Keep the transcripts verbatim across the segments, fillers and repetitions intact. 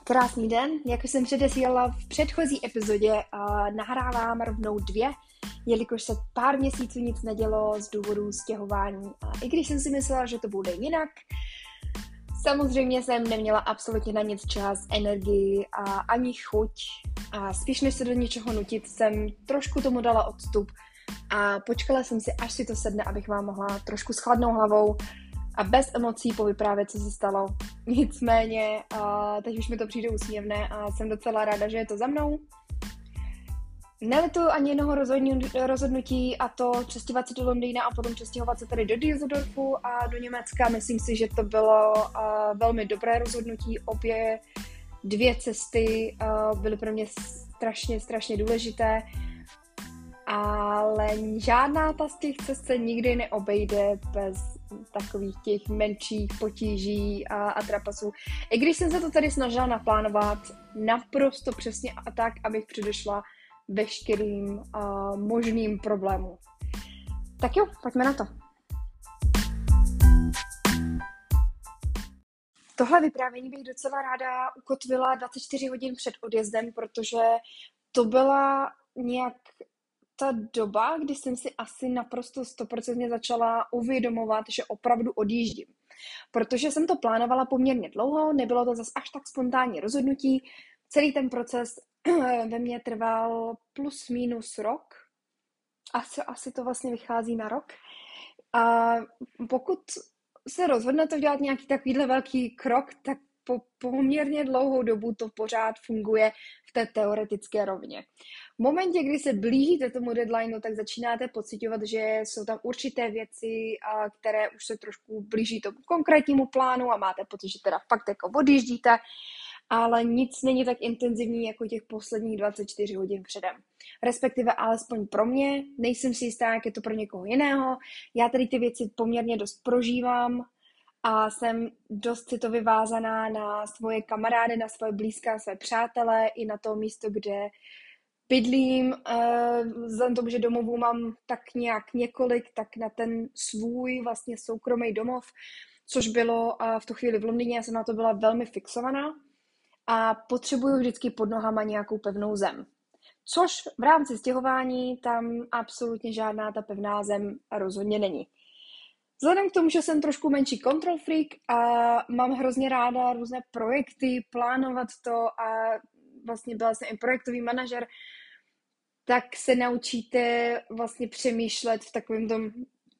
Krásný den, jako jsem předesílala v předchozí epizodě, uh, nahrávám rovnou dvě, jelikož se pár měsíců nic nedělo z důvodu stěhování. A i když jsem si myslela, že to bude jinak, samozřejmě jsem neměla absolutně na nic čas, energii a ani chuť. A spíš než se do něčeho nutit, jsem trošku tomu dala odstup a počkala jsem si, až si to sedne, abych vám mohla trošku s chladnou hlavou a bez emocí povyprávět, co se stalo. Nicméně, uh, teď už mi to přijde úsměvné a jsem docela ráda, že je to za mnou. Nelituju ani jednoho rozhodnutí, a to přestěhovat se do Londýna a potom přestěhovat se tady do Düsseldorfu a do Německa. Myslím si, že to bylo uh, velmi dobré rozhodnutí. Obě dvě cesty uh, byly pro mě strašně, strašně důležité. Ale žádná ta z těch cest se nikdy neobejde bez takových těch menších potíží a, a trapasů. I když jsem se to tady snažila naplánovat naprosto přesně a tak, abych předešla veškerým uh, možným problémům. Tak jo, pojďme na to. Tohle vyprávění bych docela ráda ukotvila dvacet čtyři hodin před odjezdem, protože to byla nějak ta doba, kdy jsem si asi naprosto stoprocentně začala uvědomovat, že opravdu odjíždím. Protože jsem to plánovala poměrně dlouho, nebylo to zas až tak spontánní rozhodnutí. Celý ten proces ve mně trval plus minus rok. Asi, asi to vlastně vychází na rok. A pokud se rozhodnete udělat nějaký takovýhle velký krok, tak po poměrně dlouhou dobu to pořád funguje v té teoretické rovině. V momentě, kdy se blížíte tomu deadlineu, tak začínáte pociťovat, že jsou tam určité věci, které už se trošku blíží tomu konkrétnímu plánu a máte pocit, že teda fakt jako odjíždíte, ale nic není tak intenzivní jako těch posledních dvacet čtyři hodin předem. Respektive alespoň pro mě, nejsem si jistá, jak je to pro někoho jiného. Já tady ty věci poměrně dost prožívám a jsem dost si to vyvázaná na svoje kamarády, na svoje blízké, své přátelé i na to místo, kde bydlím. Vzhledem tomu, že domovů mám tak nějak několik, tak na ten svůj vlastně soukromý domov, což bylo v tu chvíli v Londýně, já jsem na to byla velmi fixovaná a potřebuju vždycky pod nohama nějakou pevnou zem. Což v rámci stěhování tam absolutně žádná ta pevná zem rozhodně není. Vzhledem k tomu, že jsem trošku menší control freak a mám hrozně ráda různé projekty, plánovat to a vlastně byla jsem i projektový manažer, tak se naučíte vlastně přemýšlet v takovém tom,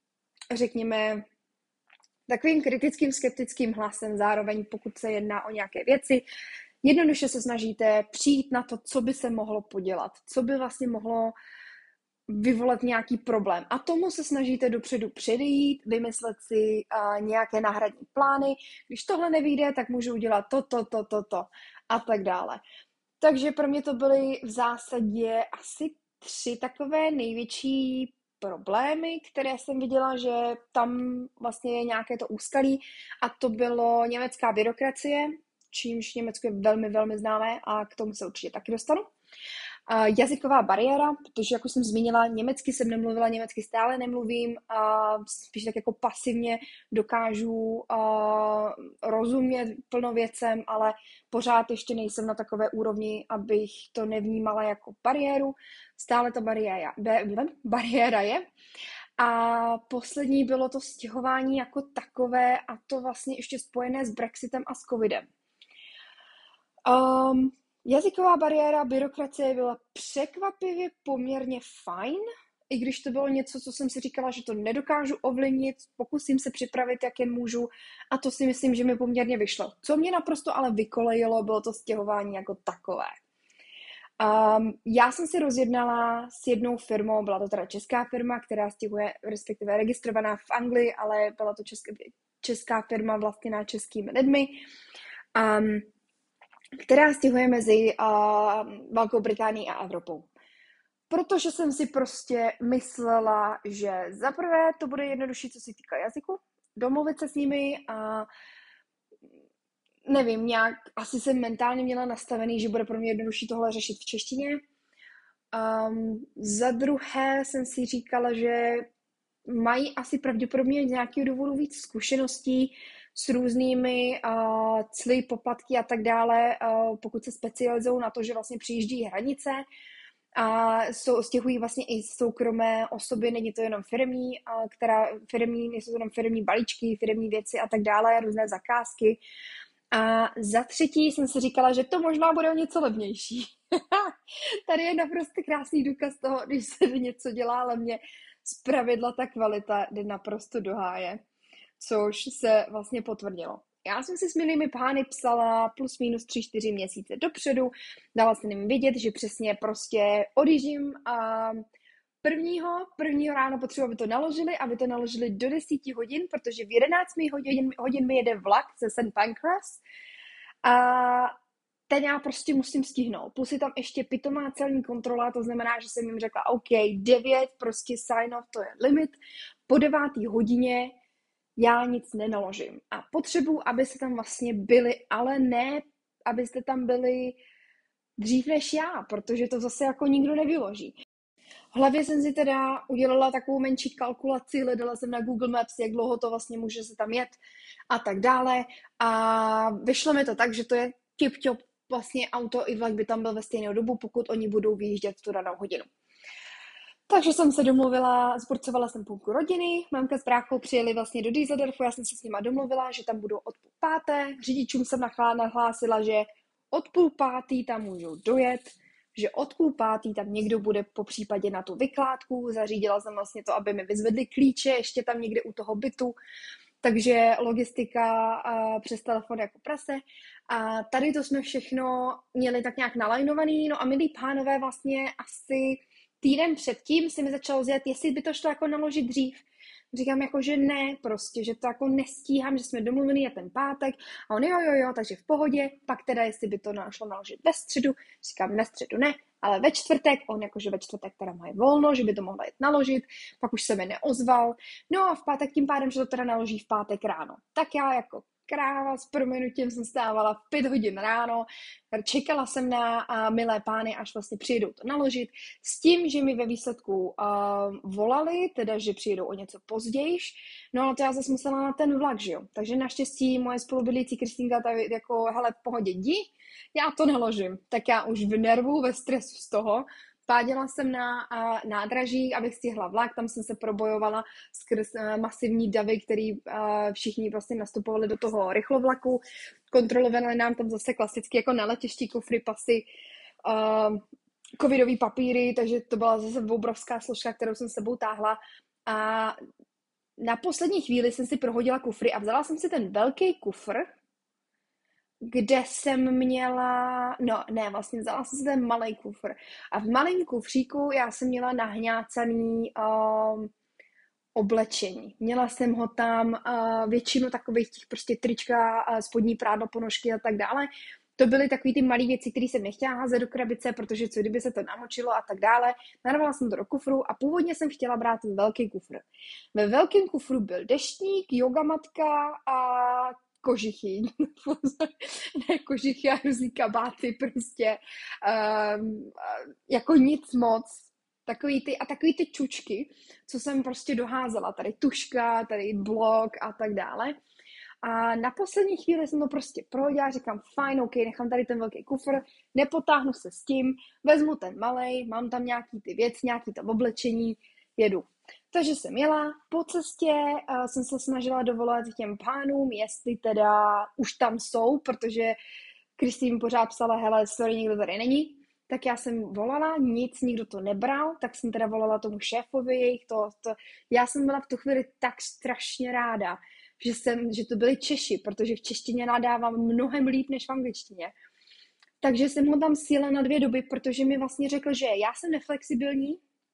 řekněme, takovým kritickým, skeptickým hlasem zároveň, pokud se jedná o nějaké věci. Jednoduše se snažíte přijít na to, co by se mohlo podělat, co by vlastně mohlo vyvolat nějaký problém. A tomu se snažíte dopředu předejít, vymyslet si uh, nějaké náhradní plány. Když tohle nevyjde, tak můžu udělat to, to, to, to, to a tak dále. Takže pro mě to byly v zásadě asi tři takové největší problémy, které jsem viděla, že tam vlastně je nějaké to úskalí, a to bylo německá byrokracie, čímž Německo je velmi, velmi známé a k tomu se určitě taky dostanu. Uh, jazyková bariéra, protože, jak už jsem zmínila, německy jsem nemluvila, německy stále nemluvím, uh, spíš tak jako pasivně dokážu uh, rozumět plno věcem, ale pořád ještě nejsem na takové úrovni, abych to nevnímala jako bariéru. Stále ta bariéra, bariéra je. A poslední bylo to stěhování jako takové, a to vlastně ještě spojené s Brexitem a s covidem. Um, Jazyková bariéra, byrokracie byla překvapivě poměrně fajn, i když to bylo něco, co jsem si říkala, že to nedokážu ovlivnit, pokusím se připravit, jak jen můžu, a to si myslím, že mi poměrně vyšlo. Co mě naprosto ale vykolejilo, bylo to stěhování jako takové. Um, já jsem si rozjednala s jednou firmou, byla to teda česká firma, která stěhuje, respektive registrovaná v Anglii, ale byla to česká, česká firma vlastněná českými lidmi. Um, která stěhuje mezi uh, Velkou Británií a Evropou. Protože jsem si prostě myslela, že zaprvé to bude jednodušší, co se týká jazyku, domluvit se s nimi a nevím, nějak asi jsem mentálně měla nastavený, že bude pro mě jednodušší tohle řešit v češtině. Um, za druhé jsem si říkala, že mají asi pravděpodobně z nějakého důvodu víc zkušeností s různými uh, cly, poplatky a tak dále, uh, pokud se specializují na to, že vlastně přijíždí hranice a jsou, stěhují vlastně i soukromé osoby, není to jenom firmní, uh, která, firmní, nejsou to jenom firmní balíčky, firmní věci a tak dále, různé zakázky. A za třetí jsem si říkala, že to možná bude o něco levnější. Tady je naprosto krásný důkaz toho, když se něco dělá levně, zpravidla ta kvalita jde naprosto do háje, což se vlastně potvrdilo. Já jsem si s milými pány psala plus minus tři čtyři měsíce dopředu, dala jsem jim vědět, že přesně prostě odjíždím a prvního, prvního ráno potřebuji, aby to naložili, aby to naložili do deseti hodin, protože v jedenáct hodin, hodin mi jede vlak ze Saint Pancras a ten já prostě musím stihnout. Plus je tam ještě pitomá celní kontrola, to znamená, že jsem jim řekla, OK, devět, prostě sign off, to je limit. Po devátý hodině já nic nenaložím. A potřebuji, abyste tam vlastně byli, ale ne, abyste tam byli dřív než já, protože to zase jako nikdo nevyloží. V hlavě jsem si teda udělala takovou menší kalkulaci, hledala jsem na Google Maps, jak dlouho to vlastně může se tam jet a tak dále. A vyšlo mi to tak, že to je tip-top vlastně auto i vlak by tam byl ve stejnou dobu, pokud oni budou vyjíždět v tu danou hodinu. Takže jsem se domluvila, zburcovala jsem půlku rodiny, mamka s bráchou přijeli vlastně do Düsseldorfu, já jsem se s nima domluvila, že tam budou od půl páté, řidičům jsem nahlásila, že od půl pátý tam můžou dojet, že od půl pátý tam někdo bude po případě na tu vykládku, zařídila jsem vlastně to, aby mi vyzvedli klíče, ještě tam někde u toho bytu, takže logistika a přes telefon jako prase. A tady to jsme všechno měli tak nějak nalajnovaný, no a milí pánové vlastně asi týden předtím si mi začalo zjet, jestli by to šlo jako naložit dřív. Říkám jako, že ne, prostě, že to jako nestíhám, že jsme domluvili na ten pátek a on jo, jo, jo, takže v pohodě, pak teda jestli by to šlo naložit ve středu, říkám ve středu ne, ale ve čtvrtek, on jakože ve čtvrtek teda mají volno, že by to mohla jít naložit, pak už se mi neozval, no a v pátek tím pádem, že to teda naloží v pátek ráno. Tak já jako kráva s prominutím jsem stávala v pět hodin ráno, čekala jsem na a milé pány, až vlastně přijedou to naložit, s tím, že mi ve výsledku uh, volali, teda, že přijedou o něco pozdějiš, no ale to já zase musela na ten vlak, že jo, takže naštěstí moje spolubydlící Kristýnka tady jako, hele, v pohodě, jdi, já to naložím, tak já už v nervu, ve stresu z toho, páděla jsem na a, nádraží, abych stihla vlak, tam jsem se probojovala skrz a, masivní davy, který a, všichni vlastně nastupovali do toho rychlovlaku, kontrolovali nám tam zase klasicky jako na letišti kufry, pasy, a, covidový papíry, takže to byla zase obrovská složka, kterou jsem s sebou táhla a na poslední chvíli jsem si prohodila kufry a vzala jsem si ten velký kufr, kde jsem měla, no ne, vlastně vzala jsem si ten malý kufr. A v malém kufříku já jsem měla nahňácaný um, oblečení. Měla jsem ho tam uh, většinu takových těch prostě trička, uh, spodní prádlo, ponožky a tak dále. To byly takové ty malé věci, které jsem nechtěla házet do krabice, protože co kdyby se to namočilo a tak dále. Narvala jsem to do kufru a původně jsem chtěla brát ten velký kufr. Ve velkém kufru byl deštník, jogamatka a kožichy, ne kožichy a různý kabáty prostě, um, jako nic moc, takový ty, a takový ty čučky, co jsem prostě doházela, tady tuška, tady blok a tak dále. A na poslední chvíli jsem to prostě prohodila, říkám, fajn, ok, nechám tady ten velký kufr, nepotáhnu se s tím, vezmu ten malej, mám tam nějaký ty věci, nějaký to oblečení, jedu. Takže jsem jela, po cestě uh, jsem se snažila dovolat těm pánům, jestli teda už tam jsou, protože Kristýn pořád psala, hele, sorry, nikdo tady není. Tak já jsem volala, nic, nikdo to nebral, tak jsem teda volala tomu šéfovi jejich, to, to. Já jsem byla v tu chvíli tak strašně ráda, že, jsem, že to byli Češi, protože v češtině nadávám mnohem líp než v angličtině. Takže jsem ho tam sjela na dvě doby, protože mi vlastně řekl, že já jsem neflexibilní,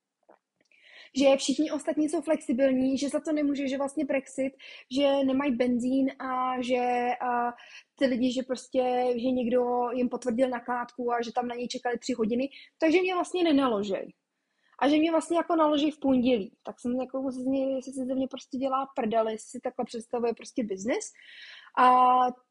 že všichni ostatní jsou flexibilní, že za to nemůže, že vlastně Brexit, že nemají benzín a že a ty lidi, že prostě, že někdo jim potvrdil nakládku a že tam na něj čekali tři hodiny, takže mě vlastně nenaložej. A že mě vlastně jako naloží v pondělí. Tak jsem jako, jestli se ze mě prostě dělá prdel, jestli si takhle představuje prostě biznis. A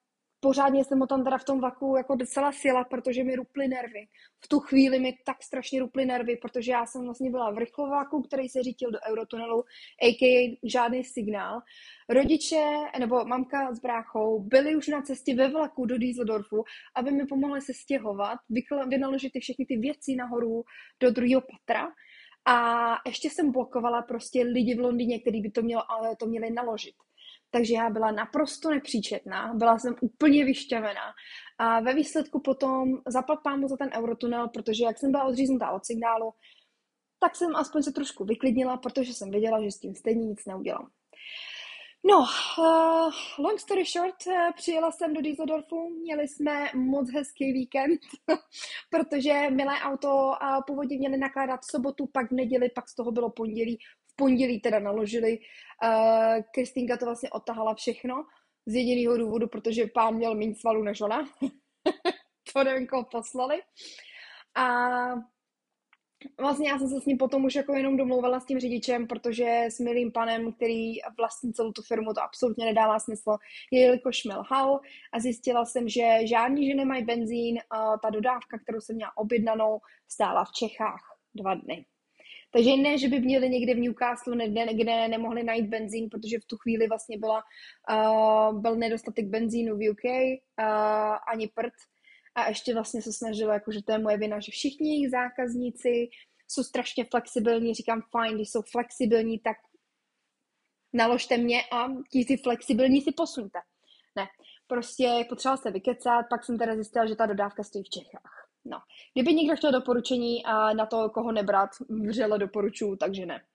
pořádně jsem ho tam teda v tom vlaku jako docela sjela, protože mi ruply nervy. V tu chvíli mi tak strašně ruply nervy, protože já jsem vlastně byla v rychlováku, který se řítil do Eurotunelu, a k a žádný signál. Rodiče, nebo mamka s bráchou, byli už na cestě ve vlaku do Düsseldorfu, aby mi pomohli se stěhovat, vynaložit ty všechny ty věci nahoru do druhého patra. A ještě jsem blokovala prostě lidi v Londýně, kteří by to, mělo, to měli naložit. Takže já byla naprosto nepříčetná, byla jsem úplně vyšťavená. A ve výsledku potom zaplať pámu za ten Eurotunel, protože jak jsem byla odříznutá od signálu, tak jsem aspoň se trošku vyklidnila, protože jsem věděla, že s tím stejně nic neudělám. No, uh, long story short, uh, přijela jsem do Düsseldorfu, měli jsme moc hezký víkend, protože milé auto uh, původně měli nakládat v sobotu, pak v neděli, pak z toho bylo pondělí, v pondělí teda naložili. Uh, Kristýnka to vlastně odtahala všechno, z jediného důvodu, protože pán měl méně svalů než ona. To nevím, koho poslali. A vlastně já jsem se s ním potom už jako jenom domlouvala s tím řidičem, protože s milým panem, který vlastní celou tu firmu, to absolutně nedává smysl, jelikož mi lhal a zjistila jsem, že žádní ženy nemají benzín a ta dodávka, kterou jsem měla objednanou, stála v Čechách dva dny. Takže ne, že by měli někde v Newcastle, kde, kde nemohli najít benzín, protože v tu chvíli vlastně byla, uh, byl nedostatek benzínu v U K, uh, ani prd. A ještě vlastně se snažila, jakože to je moje vina, že všichni jejich zákazníci jsou strašně flexibilní. Říkám, fajn, když jsou flexibilní, tak naložte mě a ti si flexibilní si posuňte. Ne, prostě potřebovala se vykecat, pak jsem teda zjistila, že ta dodávka stojí v Čechách. No, kdyby někdo chtěl doporučení a na to, koho nebrat, vřele doporučuju, takže ne.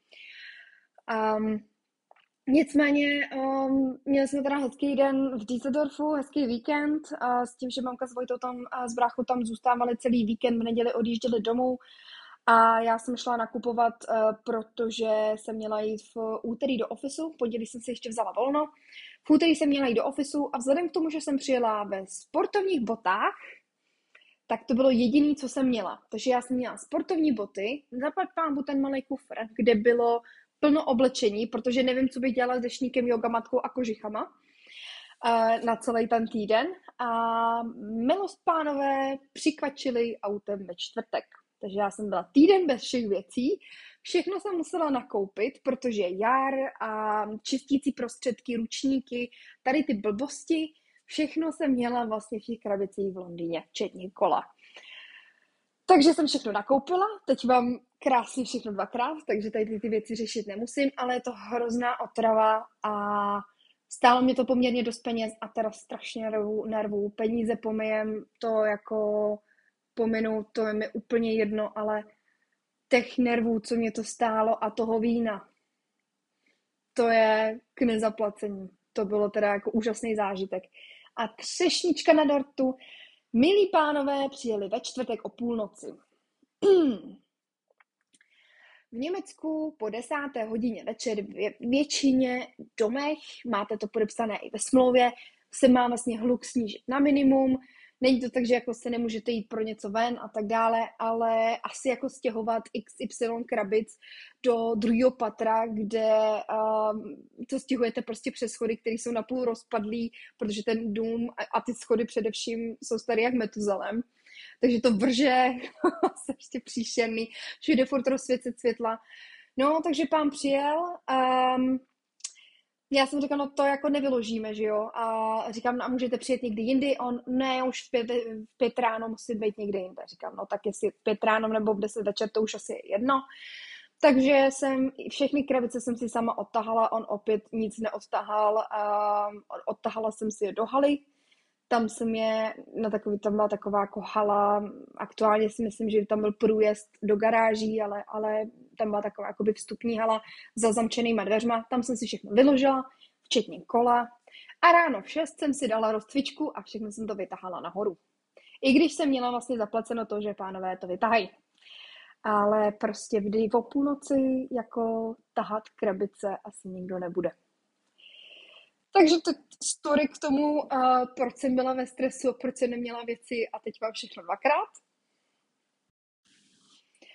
Um, Nicméně um, měli jsme teda hezký den v Düsseldorfu, hezký víkend a s tím, že mamka s Vojtou tam a s bráchou tam zůstávali celý víkend, v neděli odjížděli domů a já jsem šla nakupovat, uh, protože jsem měla jít v úterý do ofisu, v pondělí jsem si ještě vzala volno, v úterý jsem měla jít do ofisu a vzhledem k tomu, že jsem přijela ve sportovních botách, tak to bylo jediné, co jsem měla. Takže já jsem měla sportovní boty, zaplať pánbu ten malý kufr, kde bylo plno oblečení, protože nevím, co bych dělala s dešníkem, jogamatkou a kožichama uh, na celý ten týden. A milost pánové přikvačili autem ve čtvrtek. Takže já jsem byla týden bez všech věcí. Všechno jsem musela nakoupit, protože jar a čistící prostředky, ručníky, tady ty blbosti, všechno jsem měla vlastně v těch krabicích v Londýně, včetně kola. Takže jsem všechno nakoupila, teď mám krásně všechno dvakrát, takže tady ty, ty věci řešit nemusím, ale je to hrozná otrava a stálo mě to poměrně dost peněz a teda strašně nervů, nervů. Peníze pomyjem, to jako pominu, to je mi úplně jedno, ale těch nervů, co mě to stálo a toho vína, to je k nezaplacení. To bylo teda jako úžasný zážitek. A třešnička na dortu. Milí pánové přijeli ve čtvrtek o půlnoci. V Německu po desáté hodině večer v většině domech, máte to podepsané i ve smlouvě, se má vlastně hluk snížit na minimum. Není to tak, že jako se nemůžete jít pro něco ven a tak dále, ale asi jako stěhovat X Y krabic do druhého patra, kde um, to stěhujete prostě přes schody, které jsou napůl rozpadlý, protože ten dům a, a ty schody především jsou starý jak Metuzalem. Takže to vrže, se ještě příšerný, všude furt rozsvěcet světla. No, takže pán přijel. Um, Já jsem říkala, no to jako nevyložíme, že jo? A říkám, no a můžete přijet někdy jindy? On, ne, už v pět, v pět ráno musí být někde jinde. Říkám, no tak jestli v pět ráno nebo v deset večer, to už asi je jedno. Takže jsem, všechny krabice jsem si sama odtahala, on opět nic neodtahal. Um, odtahala jsem si je do haly. Tam jsem je, na takový, tam byla taková jako hala, aktuálně si myslím, že tam byl průjezd do garáží, ale, ale tam byla taková jakoby vstupní hala za zamčenýma dveřma, tam jsem si všechno vyložila, včetně kola a ráno v šest jsem si dala rozcvičku a všechno jsem to vytahala nahoru. I když jsem měla vlastně zaplaceno to, že pánové to vytahají. Ale prostě vždy o půlnoci jako tahat krabice asi nikdo nebude. Takže to story k tomu, uh, proč jsem byla ve stresu, proč jsem neměla věci a teď mám všechno dvakrát.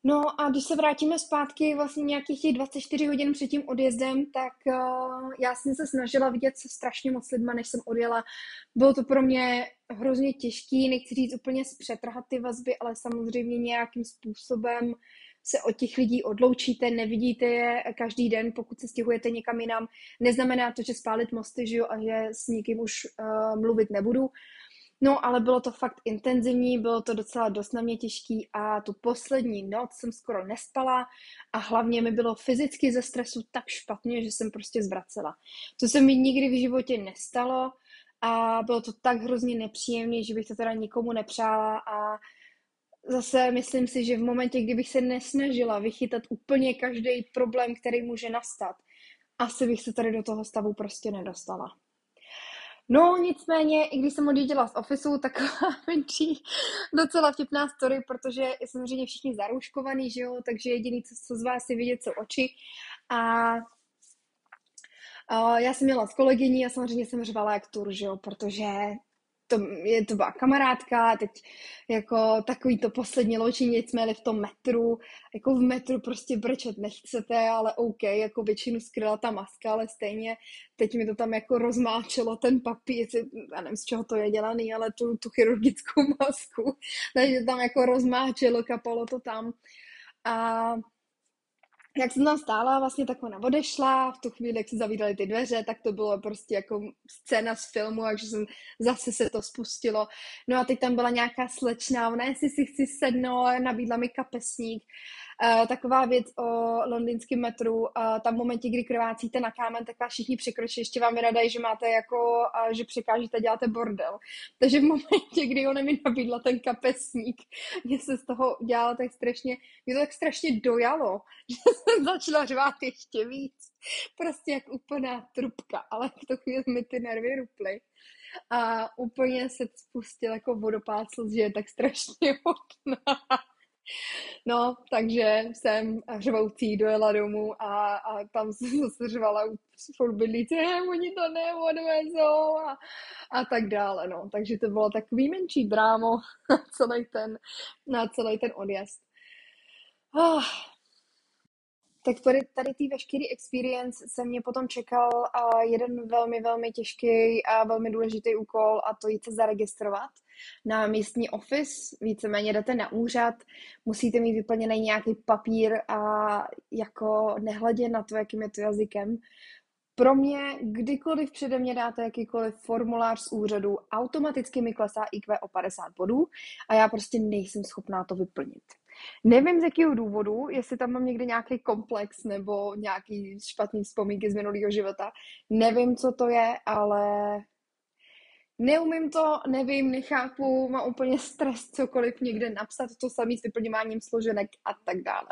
No a když se vrátíme zpátky vlastně nějakých těch dvacet čtyři hodin před tím odjezdem, tak uh, já jsem se snažila vidět se strašně moc lidma, než jsem odjela. Bylo to pro mě hrozně těžký, nechci říct úplně zpřetrhat ty vazby, ale samozřejmě nějakým způsobem se od těch lidí odloučíte, nevidíte je každý den, pokud se stěhujete někam jinam. Neznamená to, že spálit mosty, že jo, a že s nikým už uh, mluvit nebudu. No, ale bylo to fakt intenzivní, bylo to docela dost na mě těžký a tu poslední noc jsem skoro nespala a hlavně mi bylo fyzicky ze stresu tak špatně, že jsem prostě zvracela. To se mi nikdy v životě nestalo a bylo to tak hrozně nepříjemné, že bych to teda nikomu nepřála a zase myslím si, že v momentě, kdybych se nesnažila vychytat úplně každý problém, který může nastat, asi bych se tady do toho stavu prostě nedostala. No, nicméně, i když jsem odjížděla z ofisu, taková menší docela vtipná story, protože samozřejmě všichni zarouškovaný, že jo, takže jediný, co, co z vás je vidět, jsou oči. A, a já jsem měla s kolegyní a samozřejmě jsem řvala jak tur, že jo, protože to, je, to byla kamarádka, teď jako takový to poslední loučení, jsme jeli v tom metru, jako v metru prostě brečet nechcete, ale OK, jako většinu skryla ta maska, ale stejně teď mi to tam jako rozmáčelo ten papír, já nevím, z čeho to je dělaný, ale tu, tu chirurgickou masku, takže tam jako rozmáčelo, kapalo to tam a jak jsem tam stála, vlastně tak ona odešla, v tu chvíli, jak se zavíraly ty dveře, tak to bylo prostě jako scéna z filmu, takže jsem zase se to spustilo. No a teď tam byla nějaká slečna, ona jestli si chci sednout, nabídla mi kapesník. Uh, taková věc o londýnském metru, uh, tam v momentě, kdy krvácíte na kámen, tak vás všichni překročí, ještě vám vyradají, že máte jako, uh, že překážíte, děláte bordel. Takže v momentě, kdy ona mi nabídla ten kapesník, mě se z toho dělalo tak strašně, mě to tak strašně dojalo, že jsem začala řvát ještě víc. Prostě jak úplná trubka, ale v tu chvíli mi ty nervy ruply. A úplně se spustil jako vodopád slz, že je tak strašně hodná. No, takže jsem řvoucí dojela domů a, a tam jsem se řvala u bydlící, oni to neodvezou a, a tak dále, no. Takže to bylo takový menší drámo na celý ten, na celý ten odjezd. Oh. Tak tady, tady tý veškerý experience se mě potom čekal uh, jeden velmi, velmi těžký a velmi důležitý úkol a to jít se zaregistrovat na místní office, víceméně jdete na úřad, musíte mít vyplněný nějaký papír a jako nehledě na to, jakým je to jazykem. Pro mě, kdykoliv přede mě dáte jakýkoliv formulář z úřadu, automaticky mi klesá í kvé o padesát bodů a já prostě nejsem schopná to vyplnit. Nevím z jakého důvodu, jestli tam mám někde nějaký komplex nebo nějaký špatný vzpomínky z minulého života. Nevím, co to je, ale neumím to, nevím, nechápu, mám úplně stres cokoliv někde napsat, to samý s vyplňováním složenek a tak dále.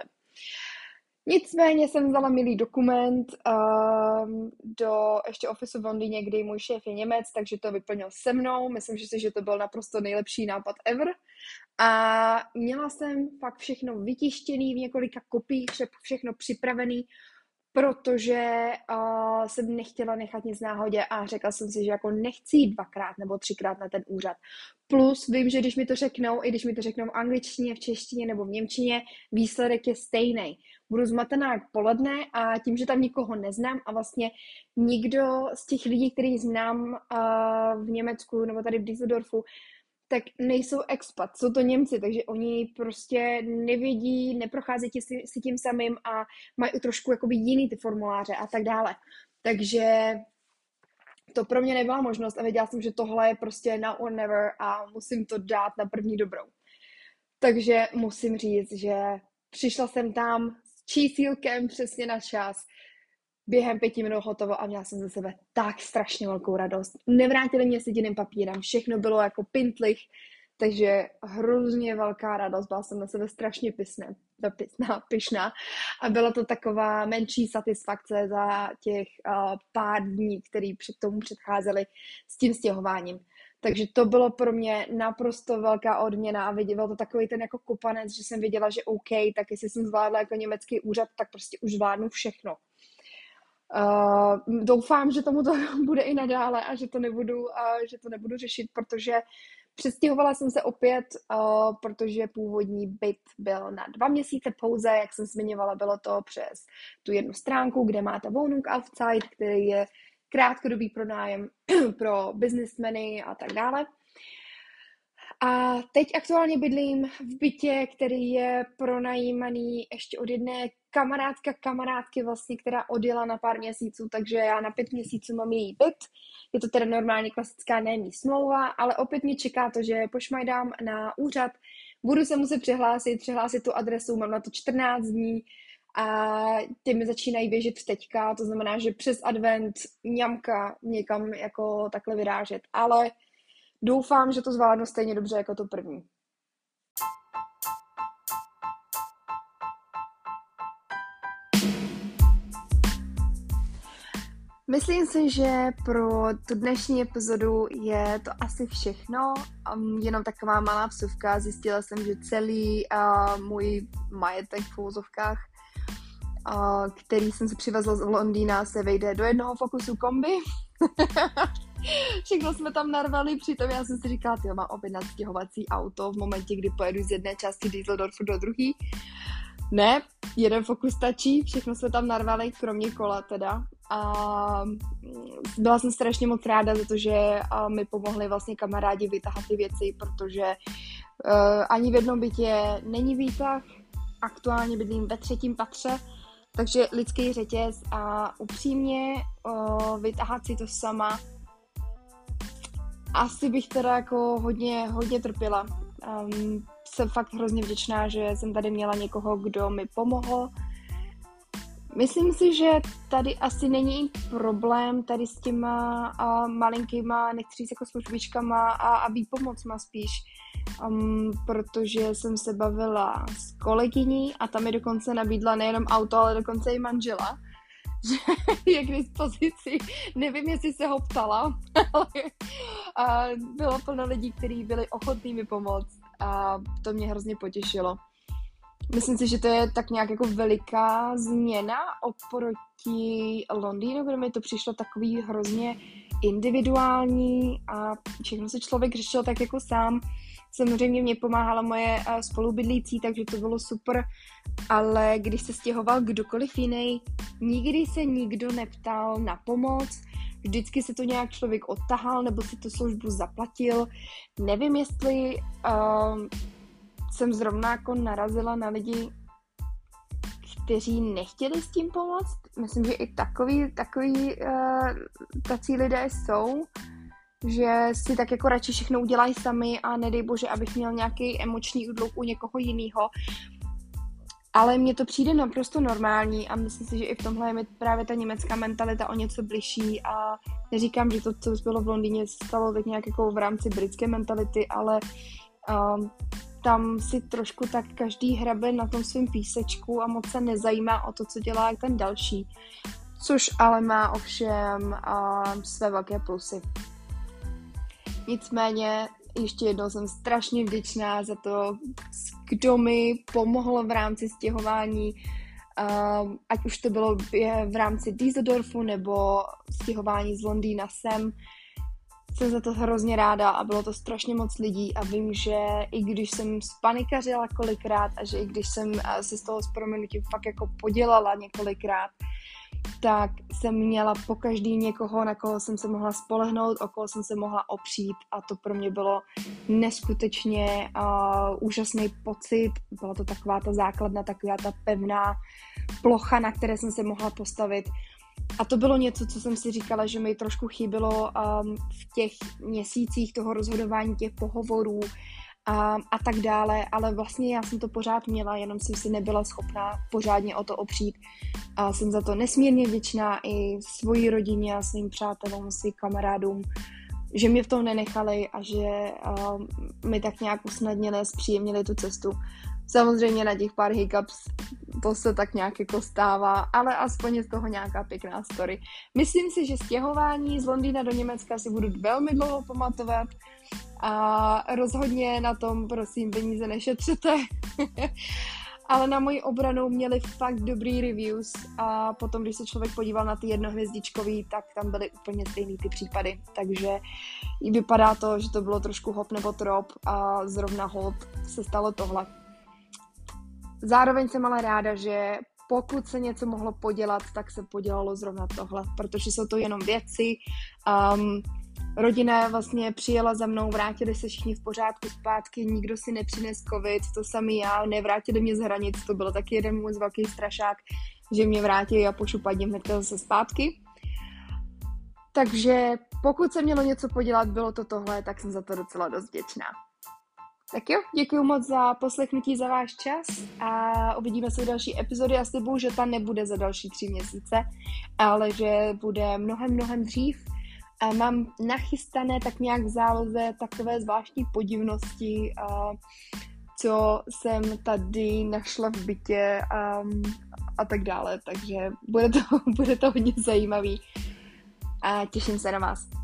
Nicméně jsem vzala milý dokument um, do ještě ofisu v Londýně, kdy můj šéf je Němec, takže to vyplnil se mnou. Myslím si, že to byl naprosto nejlepší nápad ever. A měla jsem fakt všechno vytištěný v několika kopiích, všechno připravený, protože uh, jsem nechtěla nechat nic náhodě a řekla jsem si, že jako nechci jít dvakrát nebo třikrát na ten úřad. Plus vím, že když mi to řeknou, i když mi to řeknou v angličtině, v češtině nebo v němčině, výsledek je stejný. Budu zmatená jak poledne a tím, že tam nikoho neznám a vlastně nikdo z těch lidí, který znám uh, v Německu nebo tady v Düsseldorfu, tak nejsou expat, jsou to Němci, takže oni prostě nevědí, neprocházejí si, si tím samým a mají trošku jakoby jiný ty formuláře a tak dále. Takže to pro mě nebyla možnost a věděla jsem, že tohle je prostě now or never a musím to dát na první dobrou. Takže musím říct, že přišla jsem tam s čísílkem přesně na čas, během pěti minut hotovo a měla jsem ze sebe tak strašně velkou radost. Nevrátili mě s jediným papírem, všechno bylo jako pintlich, takže hrozně velká radost, byla jsem na sebe strašně pisná, pisná, pyšná a byla to taková menší satisfakce za těch uh, pár dní, který před tomu předcházely s tím stěhováním. Takže to bylo pro mě naprosto velká odměna a viděl to takový ten jako kopanec, že jsem věděla, že OK, tak jestli jsem zvládla jako německý úřad, tak prostě už zvládnu všechno. Uh, doufám, že tomu to bude i nadále a že to nebudu, uh, že to nebudu řešit, protože Přestěhovala jsem se opět, uh, protože původní byt byl na dva měsíce pouze, jak jsem zmiňovala, bylo to přes tu jednu stránku, kde máte Wohnung Outside, který je krátkodobý pronájem pro businessmeny a tak dále. A teď aktuálně bydlím v bytě, který je pronajímaný ještě od jedné kamarádka kamarádky vlastně, která odjela na pár měsíců, takže já na pět měsíců mám její byt. Je to teda normálně klasická nájemní smlouva, ale opět mě čeká to, že pošmajdám na úřad, budu se muset přihlásit, přihlásit tu adresu, mám na to čtrnáct dní a ty mi začínají běžet teďka, to znamená, že přes advent ňamka někam jako takhle vyrážet, ale doufám, že to zvládnu stejně dobře jako to první. Myslím si, že pro tu dnešní epizodu je to asi všechno. Um, jenom taková malá vsuvka. Zjistila jsem, že celý uh, můj majetek v úvozovkách, uh, který jsem si přivezla z Londýna, se vejde do jednoho Focusu kombi. Všechno jsme tam narvali, přitom já jsem si říkala, tyjo, mám objednat stěhovací auto v momentě, kdy pojedu z jedné části Düsseldorfu do druhé. Ne, jeden Focus stačí, všechno jsme tam narvali, kromě kola teda. A byla jsem strašně moc ráda za to, že mi pomohli vlastně kamarádi vytahat ty věci, protože uh, ani v jednom bytě není výtah, aktuálně bydlím ve třetím patře, takže lidský řetěz a upřímně uh, vytahat si to sama, asi bych teda jako hodně, hodně trpěla. Um, jsem fakt hrozně vděčná, že jsem tady měla někoho, kdo mi pomohl. Myslím si, že tady asi není problém tady s těma uh, malinkýma, nechci říct jako službičkama a, a výpomocma spíš, um, protože jsem se bavila s kolegyní a tam mi dokonce nabídla nejenom auto, ale dokonce i manžela, že je k dispozici. Nevím, jestli se ho ptala, ale uh, bylo plno lidí, kteří byli ochotní mi pomoct a to mě hrozně potěšilo. Myslím si, že to je tak nějak jako veliká změna oproti Londýnu, kde mi to přišlo takový hrozně individuální a všechno se člověk řešil tak jako sám. Samozřejmě mě pomáhala moje spolubydlící, takže to bylo super, ale když se stěhoval kdokoliv jiný, nikdy se nikdo neptal na pomoc, vždycky se to nějak člověk odtahal nebo si tu službu zaplatil. Nevím, jestli uh, jsem zrovna jako narazila na lidi, kteří nechtěli s tím pomoct. Myslím, že i takový, takový uh, tací lidé jsou, že si tak jako radši všechno udělají sami a nedej bože, abych měl nějaký emoční údluk u někoho jiného. Ale mně to přijde naprosto normální a myslím si, že i v tomhle je mi právě ta německá mentalita o něco bližší a neříkám, že to, co bylo v Londýně, stalo tak nějak jako v rámci britské mentality, ale um, tam si trošku tak každý hrabe na tom svém písečku a moc se nezajímá o to, co dělá ten další. Což ale má ovšem um, své velké plusy. Nicméně ještě jednou jsem strašně vděčná za to, kdo mi pomohl v rámci stěhování, um, ať už to bylo v rámci Düsseldorfu nebo stěhování z Londýna sem. Jsem za to hrozně ráda a bylo to strašně moc lidí a vím, že i když jsem spanikařila kolikrát a že i když jsem se z toho s prominutím fakt jako podělala několikrát, tak jsem měla po každý někoho, na koho jsem se mohla spolehnout, o koho jsem se mohla opřít a to pro mě bylo neskutečně uh, úžasný pocit. Byla to taková ta základna, taková ta pevná plocha, na které jsem se mohla postavit. A to bylo něco, co jsem si říkala, že mi trošku chybilo um, v těch měsících toho rozhodování, těch pohovorů a, a tak dále, ale vlastně já jsem to pořád měla, jenom jsem si nebyla schopná pořádně o to opřít. A jsem za to nesmírně vděčná i svojí rodině a svým přátelům, svým kamarádům, že mě v tom nenechali a že um, mi tak nějak usnadnili a zpříjemnili tu cestu. Samozřejmě na těch pár hiccups to se tak nějak jako stává, ale aspoň je z toho nějaká pěkná story. Myslím si, že stěhování z Londýna do Německa si budu velmi dlouho pamatovat a rozhodně na tom, prosím, peníze nešetřete. ale na moji obranu měli fakt dobrý reviews a potom, když se člověk podíval na ty jednohvězdičkový, tak tam byly úplně stejný ty případy, takže vypadá to, že to bylo trošku hop nebo trop a zrovna hold se stalo tohle. Zároveň jsem ale ráda, že pokud se něco mohlo podělat, tak se podělalo zrovna tohle, protože jsou to jenom věci. Um, rodina vlastně přijela za mnou, vrátili se všichni v pořádku zpátky, nikdo si nepřines covid, to samý já, nevrátili mě z hranic, to byl taky jeden můj velký strašák, že mě vrátili a pošupadím hnedka zase zpátky. Takže pokud se mělo něco podělat, bylo to tohle, tak jsem za to docela dost vděčná. Tak jo, děkuji moc za poslechnutí, za váš čas a uvidíme se v další epizodě a slibuju, že ta nebude za další tři měsíce, ale že bude mnohem, mnohem dřív. A mám nachystané tak nějak v záloze takové zvláštní podivnosti, a co jsem tady našla v bytě a, a tak dále, takže bude to, bude to hodně zajímavý a těším se na vás.